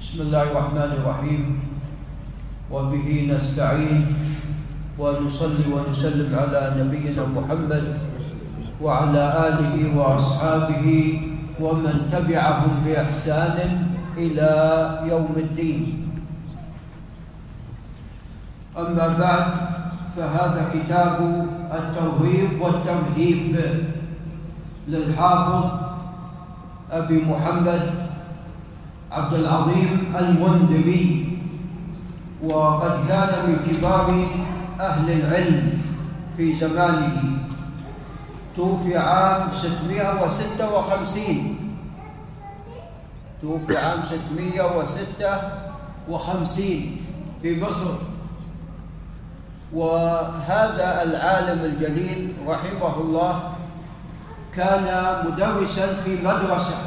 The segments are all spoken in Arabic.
بسم الله الرحمن الرحيم، وبه نستعين ونصلي ونسلم على نبينا محمد وعلى آله وأصحابه ومن تبعهم بإحسان إلى يوم الدين. أما بعد، فهذا كتاب الترغيب والترهيب للحافظ أبي محمد عبد العظيم المنذري، وقد كان من كبار أهل العلم في زمانه. توفي عام 656 في مصر. وهذا العالم الجليل رحمه الله كان مدرسا في مدرسة،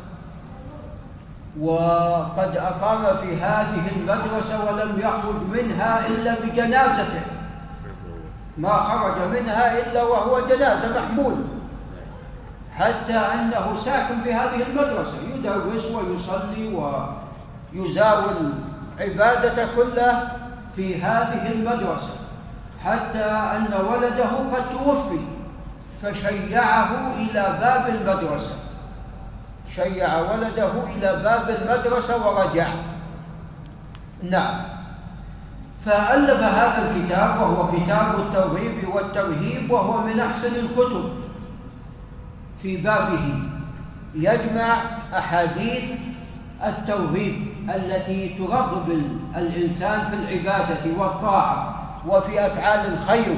وقد أقام في هذه المدرسة ولم يخرج منها إلا بجنازته، ما خرج منها إلا وهو جنازة محمول، حتى أنه ساكن في هذه المدرسة يدرس ويصلي ويزاول عبادته كلها في هذه المدرسة، حتى أن ولده قد توفي فشيعه إلى باب المدرسة، شيع ولده إلى باب المدرسة ورجع. نعم، فألف هذا الكتاب وهو كتاب الترغيب والترهيب، وهو من أحسن الكتب في بابه. يجمع أحاديث الترغيب التي ترغب الإنسان في العبادة والطاعة وفي أفعال الخير،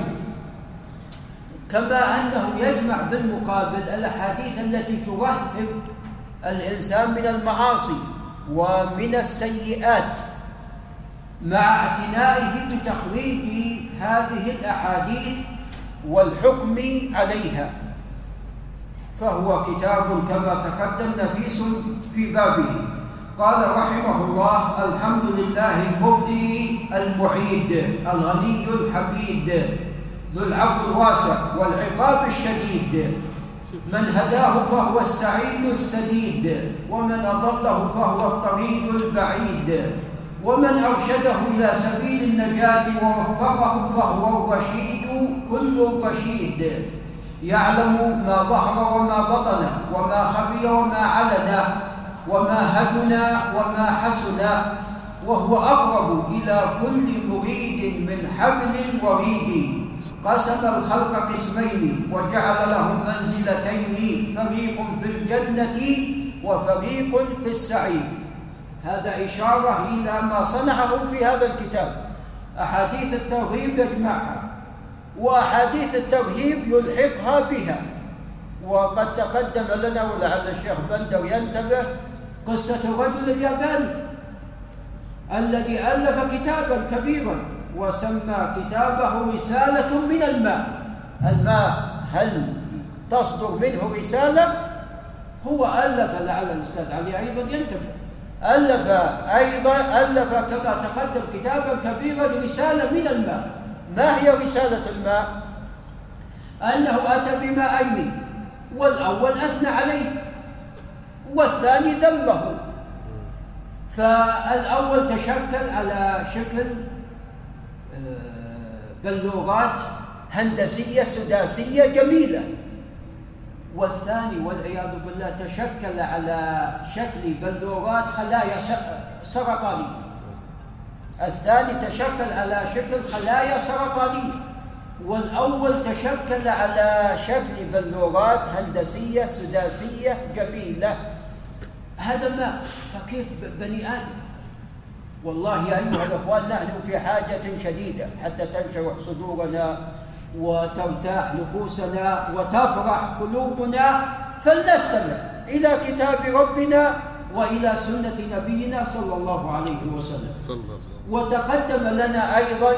كما أنه يجمع بالمقابل الأحاديث التي ترهب الإنسان من المعاصي ومن السيئات، مع اعتنائه بتخريج هذه الأحاديث والحكم عليها. فهو كتاب كما تقدم نفيس في بابه. قال رحمه الله: الحمد لله المبدي المعيد الغني الحميد ذو العفو الواسع والعقاب الشديد، من هداه فهو السعيد السديد، ومن أضله فهو الطريق البعيد، ومن أرشده إلى سبيل النجاة ووفقه فهو الرشيد كل رشيد، يعلم ما ظهر وما بطن وما خفي وما علن وما هدنا وما حسنا، وهو أقرب إلى كل مريد من حبل الوريد، قسم الخلق قسمين وجعل لهم منزلتين، فريق في الجنة وفريق في السعير. هذا إشارة إلى ما صنعه في هذا الكتاب. أحاديث الترغيب يجمعها، وأحاديث الترهيب يلحقها بها. وقد تقدم لنا، ولعل الشيخ بندر ينتبه، قصة الرجل الياباني الذي ألف كتابا كبيرا وسمى كتابه رسالة من الماء. الماء هل تصدر منه رسالة؟ هو ألف، لعل الأستاذ علي أيضا ينتبه، ألف كما تقدم كتابا كبيرا رسالة من الماء. ما هي رسالة الماء؟ أنه أتى بماءين، والأول أثنى عليه والثاني ذمه. فالأول تشكل على شكل بلورات هندسية سداسية جميلة، والثاني والعياذ بالله تشكل على شكل بلورات خلايا سرطانية. الثاني تشكل على شكل خلايا سرطانية، والأول تشكل على شكل بلورات هندسية سداسية جميلة. هذا ما فكيف بني آدم؟ والله يا أيها الأخوان، نحن في حاجة شديدة حتى تنشرح صدورنا وترتاح نفوسنا وتفرح قلوبنا، فلنستمع إلى كتاب ربنا وإلى سنة نبينا صلى الله عليه وسلم. وتقدم لنا أيضا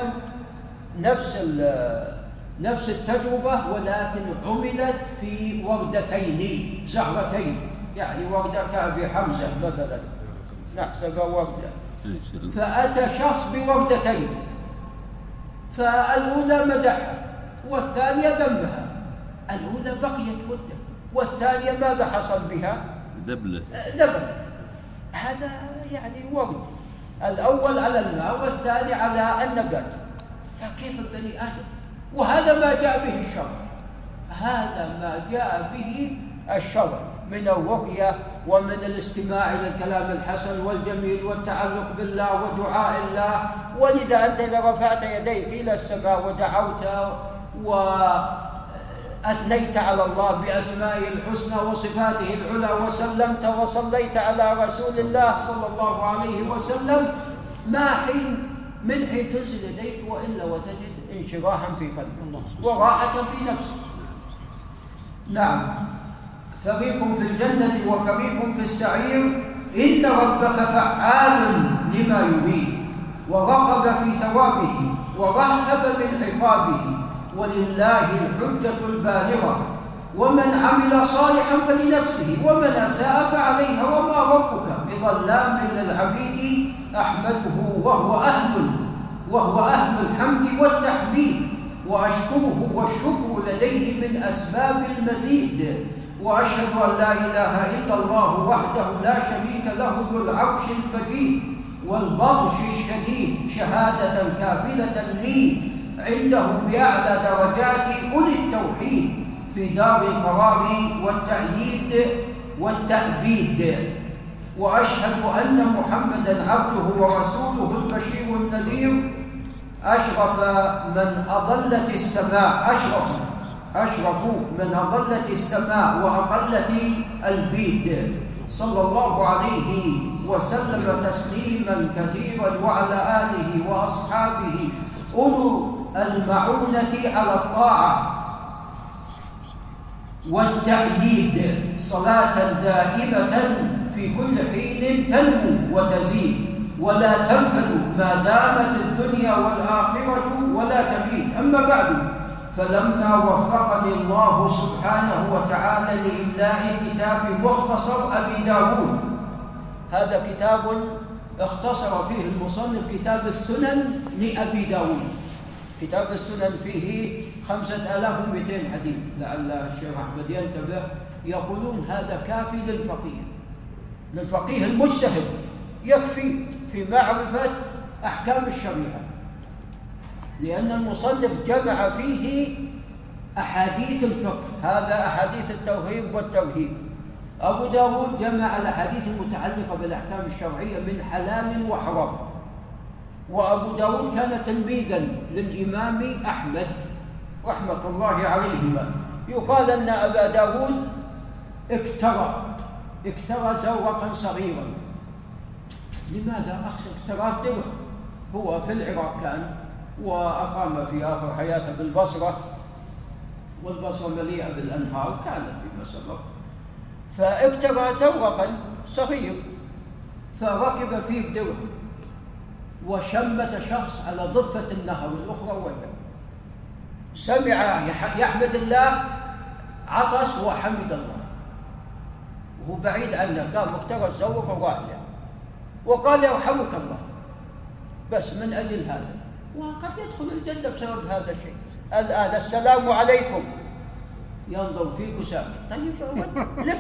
نفس التجربة، ولكن عملت في وردتين زهرتين، يعني وردة كأبي حمزة مثلا نحسب وردة، فأتى شخص بوردتين، فالأولى مدحها والثانية ذمها. الأولى بقيت مدة، والثانية ماذا حصل بها؟ ذبلت. هذا يعني ورد، الأول على الماء والثاني على النبات، فكيف البني آدم؟ وهذا ما جاء به الشرع، هذا ما جاء به الشرع من الرقية ومن الاستماع إلى الكلام الحسن والجميل والتعلق بالله ودعاء الله. ولذا أنت إذا رفعت يديك إلى السماء ودعوت وأثنيت على الله بأسمائه الحسنى وصفاته العلى وسلمت وصليت على رسول الله صلى الله عليه وسلم، ما حين من حين تنزل يديك وإلا وتجد انشراحا في قلبك وراحة في نفسك. نعم، فريق في الجنة وفريق في السعير، إن ربك فعال لما يريد، ورغب في ثوابه ورهب من عقابه، ولله الحجة البالغة، ومن عمل صالحا فلنفسه ومن أساء فعليها، وما ربك بظلام للعبيد، أحمده وهو أهل الحمد والتحميد، وأشكره والشكر لديه من أسباب المزيد، وأشهد أن لا إله إلا الله وحده لا شريك له ذو العرش المجيد والبطش الشديد، شهادة كافلة لي عنده بأعلى درجات أولي التوحيد في دار القرار والتأييد والتأبيد. وأشهد أن محمدًا عبده ورسوله البشير النذير، أشرف من أظلت السماء وأقلت البيد، صلى الله عليه وسلم تسليما كثيرا، وعلى آله وأصحابه أولو المعونة على الطاعة والتأييد، صلاة دائمة في كل حين تنمو وتزيد ولا تنفد ما دامت الدنيا والآخرة ولا تبيد. أما بعد، فلما وفقني الله سبحانه وتعالى لإملاء كتاب مختصر أبي داود، هذا كتاب اختصر فيه المصنف كتاب السنن لأبي داود. كتاب السنن فيه 5200 حديث، لعل الشيخ أحمد ينتبه، يقولون هذا كافي للفقيه المجتهد، يكفي في معرفة أحكام الشريعة، لأن المصنف جمع فيه أحاديث الفقه، هذا أحاديث الترغيب والترهيب. أبو داود جمع الأحاديث المتعلقة بالأحكام الشرعية من حلال وحرام. وأبو داود كان تلميذا للإمام أحمد رحمة الله عليهما. يقال أن أبا داود اكترى زورقا صغيرا. لماذا اكترى الدرع؟ هو في العراق كان، وأقام في آخر حياته بالبصرة، والبصرة مليئة بالأنهار كانت فيما سبق، فاكترى زورقا صغير فركب فيه الدرع، وشمت شخص على ضفة النهر الأخرى وجه، سمع يحمد الله، عطس وحمد الله وهو بعيد عنه، قام اكترى الزورق وراح له وقال يرحمك الله، بس من أجل هذا، وقد يدخل الجنة بسبب هذا الشيء. الآن السلام عليكم، ينظر فيك ساكت، طيب لك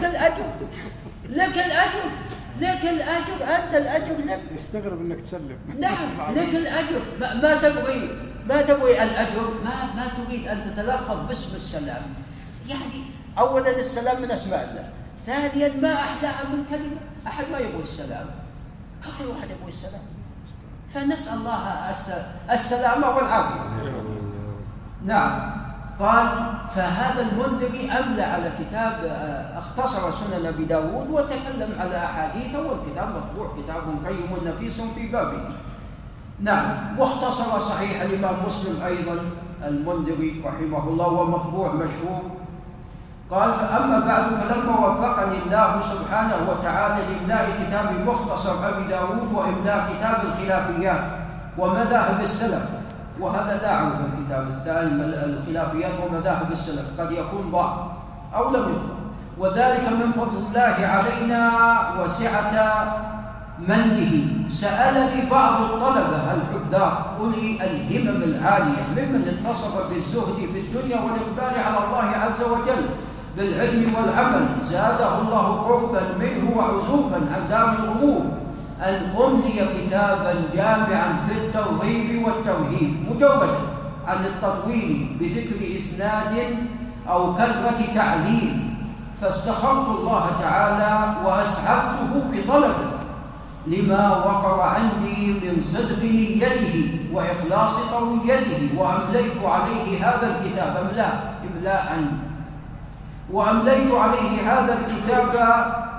الأجر، أنت الأجر لك. يستغرب أنك تسلم. نعم، لك الأجر، ما تبغي الأجر، ما تريد أن تتلفظ باسم السلام. يعني أولا السلام من أسماء الله، ثانيا ما أحلاها من كلمة، أحد ما يبغي السلام، كل واحد يبغي السلام، فنسأل الله السلامة والعافية. نعم، قال فهذا المنذري أملى على كتاب اختصر سنن أبي داود وتكلم على أحاديثه، والكتاب مطبوع، كتاب قيم نفيس في بابه. نعم، واختصر صحيح الإمام مسلم أيضا المنذري رحمه الله، ومطبوع مشهور. قال فأما بعد، فلما وفقني الله سبحانه وتعالى لإملاء كتاب مختصر أبي داود وإملاء كتاب الخلافيات ومذاهب السلف، وهذا لا أعرف الكتاب الثاني، الخلافيات ومذاهب السلف قد يكون ضاع أو لم يطبع، وذلك من فضل الله علينا وسعة منه. سألني بعض الطلبة الحذاق أولي الهمم العالية ممن اتصف بالزهد في الدنيا والإقبال على الله عز وجل بالعلم والعمل، زاده الله قربا منه وعزوفا عن دار الغرور، أن أملي كتابا جامعا في الترغيب والترهيب مجردا عن التطويل بذكر إسناد أو كثرة تعليل، فاستخرت الله تعالى وأسعفته بطلبه لما وقر عندي من صدق نيته وإخلاص قويته، وأمليت عليه هذا الكتاب إملاء، وأمليت عليه هذا الكتاب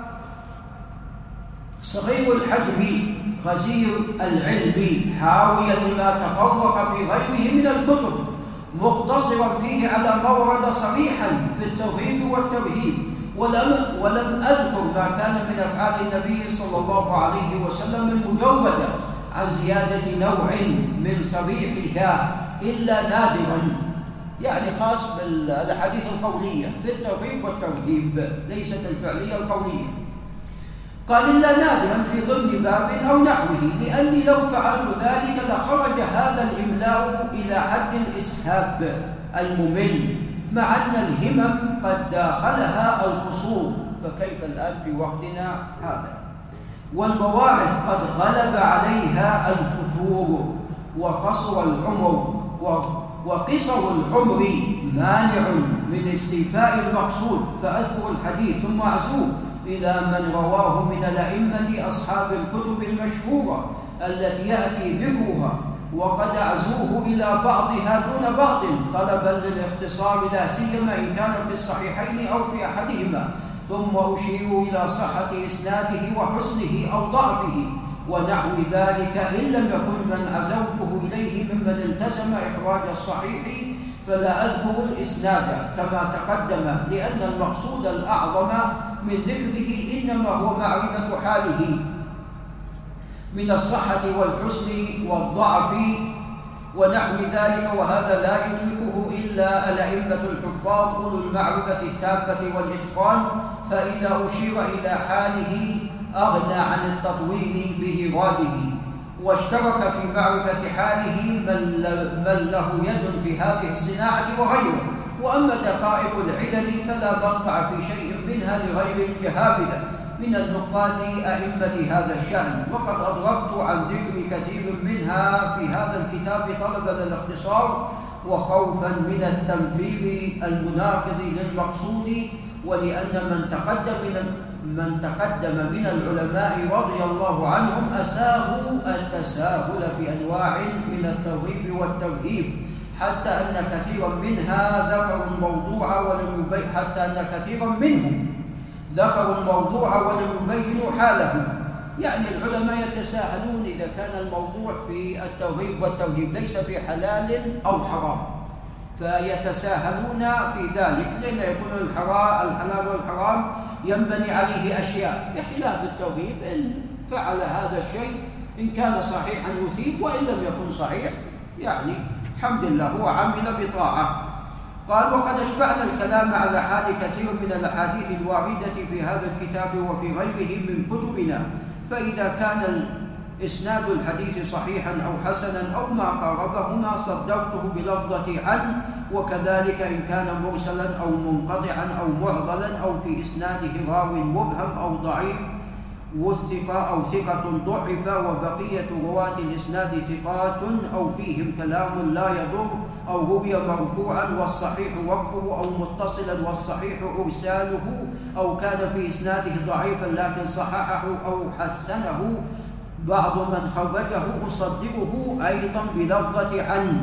صغير الحجم غزير العلم حاويا لما تفرق في غيره من الكتب، مقتصرا فيه على ما ورد صريحا في الترغيب والترهيب، ولم أذكر ما كان من أفعال النبي صلى الله عليه وسلم المجودة عن زيادة نوع من صريحها إلا نادرا، يعني خاص بالأحاديث القولية في الترغيب والترهيب ليست الفعلية القولية. قال إلا نادرا في ضمن باب أو نحوه، لأني لو فعلت ذلك لخرج هذا الإملاء إلى حد الإسهاب الممل، مع أن الهمم قد داخلها القصور، فكيف الآن في وقتنا هذا؟ والمواعظ قد غلب عليها الفتور، وقصر العمر مانع من استيفاء المقصود، فأذكر الحديث ثم أعزوه إلى من رواه من الأئمة أصحاب الكتب المشهورة التي يأتي ذكرها، وقد أعزوه إلى بعضها دون بعض طلبا للاختصار، لا سيما إن كان في الصحيحين أو في أحدهما، ثم أشير إلى صحة إسناده وحسنه أو ضعفه ونحو ذلك، إن لم يكن من عزوته إليه ممن التزم إخراج الصحيح فلا أذكر الإسناد كما تقدم، لأن المقصود الأعظم من ذكره إنما هو معرفة حاله من الصحة والحسن والضعف ونحو ذلك، وهذا لا يدركه إلا الأئمة الحفاظ أولو المعرفة التامة والإتقان، فإذا أشير إلى حاله أغنى عن التطويل بإراده، واشترك في معرفة حاله من له يد في هذه الصناعة وغيره. وأما دقائق العلل فلا مقطع في شيء منها لغير الجهابذة من النقاد أئمة هذا الشأن، وقد أضربت عن ذكر كثير منها في هذا الكتاب طلبا الاختصار وخوفا من التمثيل المناقض للمقصود، ولأن من تقدم من العلماء رضي الله عنهم أساغوا التساهل في أنواع من الترغيب والترهيب، حتى أن كثيرا منها ذكروا الموضوع ولم يبينوا حاله. يعني العلماء يتساهلون إذا كان الموضوع في الترغيب والترهيب ليس في حلال أو حرام، فيتساهلون في ذلك، لأن يكون الحلال والحرام ينبني عليه أشياء، بخلاف الترغيب إن فعل هذا الشيء إن كان صحيحا يثيب، وإن لم يكن صحيح يعني الحمد لله هو عمل بطاعة. قال: وقد أشبعنا الكلام على حال كثير من الأحاديث الواردة في هذا الكتاب وفي غيره من كتبنا، فإذا كان إسناد الحديث صحيحا أو حسنا أو ما قاربهما صدرته بلفظة عن، وكذلك إن كان مرسلا أو منقطعا أو معضلا أو في إسناده راو مبهم أو ضعيف وثق أو ثقة ضعف وبقية رواة الإسناد ثقات أو فيهم كلام لا يضر، أو روي مرفوعا والصحيح وقفه، أو متصلا والصحيح إرساله، أو كان في إسناده ضعيفا لكن صححه أو حسنه بعض من خرجه أصدره أيضا بلفظة عن،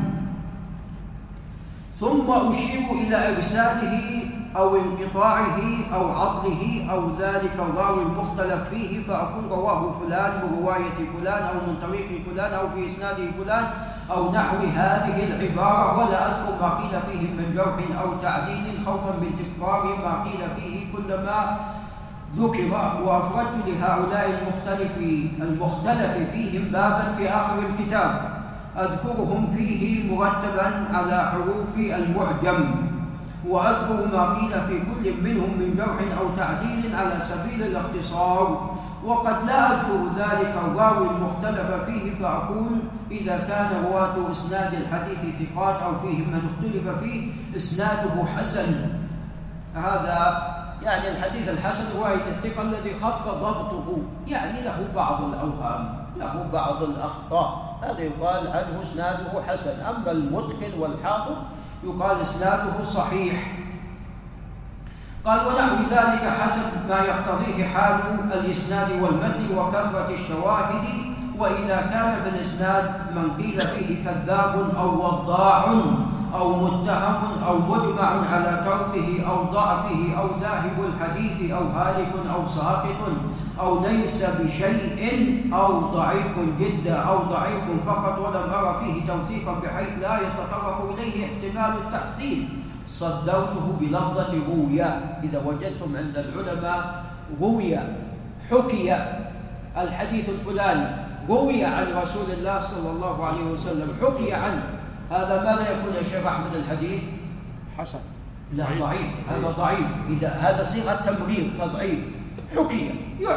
ثم أشير إلى إرساله أو انقطاعه أو عضله أو ذلك الراوي المختلف فيه، فأقول رواه فلان برواية فلان أو من طريق فلان أو في إسناده فلان أو نحو هذه العبارة، ولا أذكر ما قيل فيه من جرح أو تعديل خوفا من تكرار ما قيل فيه كلما ذكر، وأفردت لهؤلاء المختلف فيهم بابا في آخر الكتاب أذكرهم فيه مرتبا على حروف المعجم، وأذكر ما قيل في كل منهم من جرح أو تعديل على سبيل الاختصار، وقد لا أذكر ذلك الراوي المختلف فيه، فأقول إذا كان رواة إسناد الحديث ثقات أو فيهم من اختلف فيه إسناده حسن، هذا يعني الحديث الحسن رواية الثقة الذي خف ضبطه، يعني له بعض الأوهام، له بعض الأخطاء، هذا يقال عنه إسناده حسن. أما المتقن والحافظ يقال إسناده صحيح. قال ونحو ذلك حسب ما يقتضيه حال الإسناد والمتن وكثرة الشواهد، وإذا كان في الإسناد من قيل فيه كذاب أو وضاع أو متهم أو مجمع على تركه أو ضعفه أو ذاهب الحديث أو هالك أو ساقط أو ليس بشيء أو ضعيف جدا أو ضعيف فقط ولم أرى فيه توثيقا بحيث لا يتطرق إليه احتمال التحسين، صدرته بلفظة روية. إذا وجدتم عند العلماء روية، حكي الحديث الفلاني، روي عن رسول الله صلى الله عليه وسلم، حكي عنه، هذا ماذا يكون يا شيخ أحمد الحديث؟ حسن. لا ضعيف، هذا ضعيف. إذا هذا صيغة تمريض تضعيف، حكي،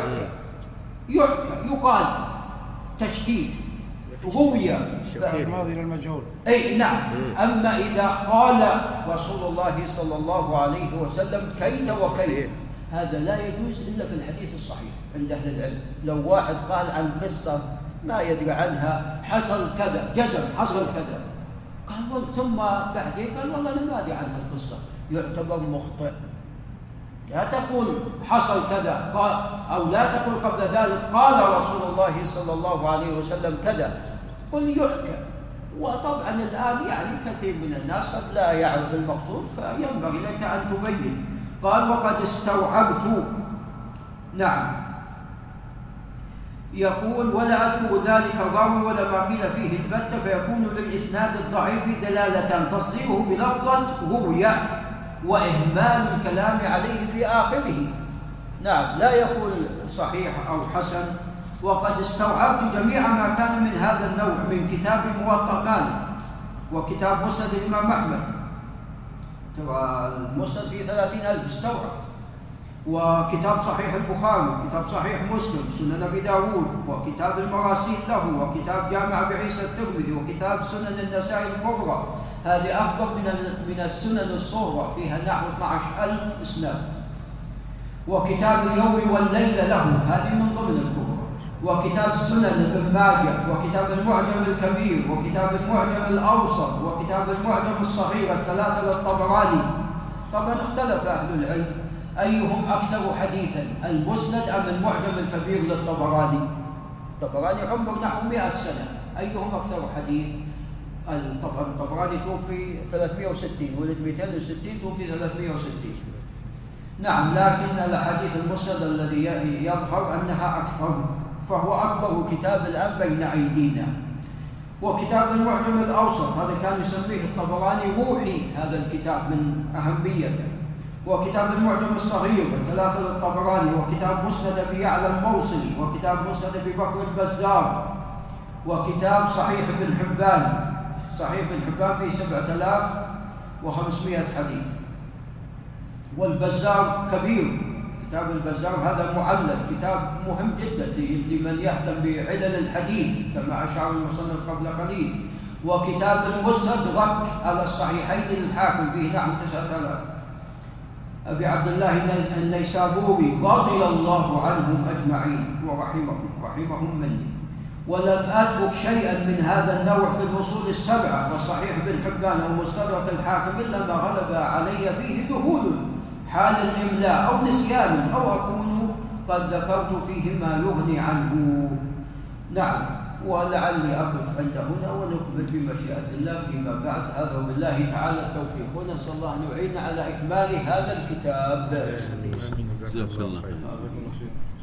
يحكى يقال تشكيك، روي الماضي للمجهول. أي نعم. أما إذا قال رسول الله صلى الله عليه وسلم كيت وكيت، هذا لا يجوز إلا في الحديث الصحيح عند أهل العلم. لو واحد قال عن قصة ما يدري عنها، حصل كذا، جزم حصل كذا، قال ثم بعدين قال والله أنا ما أدري عن القصة، يعتبر مخطئ. لا تقول حصل كذا أو لا تقول قبل ذلك قال رسول الله صلى الله عليه وسلم كذا، قل يحكى. وطبعا الآن يعني كثير من الناس قد لا يعرف المقصود، فينبغي لك أن تبين. قال وقد استوعبت، نعم، يقول ولا أذكر ذلك الراوي ولا ما قيل فيه البتة، فيكون للإسناد الضعيف دلالة تصديره بلفظة روية وإهمال الكلام عليه في آخره. نعم، لا يقول صحيح أو حسن. وقد استوعبت جميع ما كان من هذا النوع من كتاب موطأ مالك وكتاب مسند الإمام أحمد، ترى المسند فيه 30,000 استوعب، وكتاب صحيح البخاري، كتاب صحيح مسلم، سنن أبي داود، وكتاب المراسيل له، وكتاب جامع أبي عيسى الترمذي، وكتاب سنن النسائي الكبرى، هذه أكبر من السنن الصغرى، فيها نحو 12,000 إسناد. وكتاب اليوم والليلة له، هذه من ضمن الكبرى. وكتاب سنن ابن ماجه، وكتاب المعجم الكبير، وكتاب المعجم الأوسط، وكتاب المعجم الصغير، الثلاثة للطبراني. طبعا اختلف أهل العلم أيهم أكثر حديثا، المسند أم المعجم الكبير للطبراني؟ الطبراني عمر نحو 100 سنة، أيهم أكثر حديث؟ الطبراني توفي 360، ولد 260، توفي 360. نعم، لكن الحديث المسند الذي يظهر أنها أكثر، فهو أكبر كتاب الآن بين أيدينا. وكتاب المعجم الأوسط، هذا كان يسميه الطبراني روحي هذا الكتاب من أهميته. وكتاب المعجم الصغير الثلاثة للطبراني، وكتاب مسند أبي يعلى الموصلي، وكتاب مسند أبي بكر البزار، وكتاب صحيح ابن حبان، صحيح ابن حبان فيه 7,500 حديث. والبزار كبير، كتاب البزار هذا معلل، كتاب مهم جدا لمن يهتم بعلل الحديث كما أشار المصنف قبل قليل. وكتاب المستدرك على الصحيحين للحاكم فيه نحو 9,000. أبي عبد الله النيسابوري رضي الله عنهم أجمعين ورحمهم مني. ولم أترك شيئا من هذا النوع في الأصول السبعة وصحيح ابن حبان ومستدرك الحاكم إلا ما غلب علي فيه ذهول حال الإملاء أو نسيان أو أكون قد ذكرت فيه ما يغني عنه. نعم، ولعلي أقف عند هنا ونكمل بمشيئة الله فيما بعد. هذا وبالله تعالى التوفيق، ونسأل الله أن يعين على إكمال هذا الكتاب.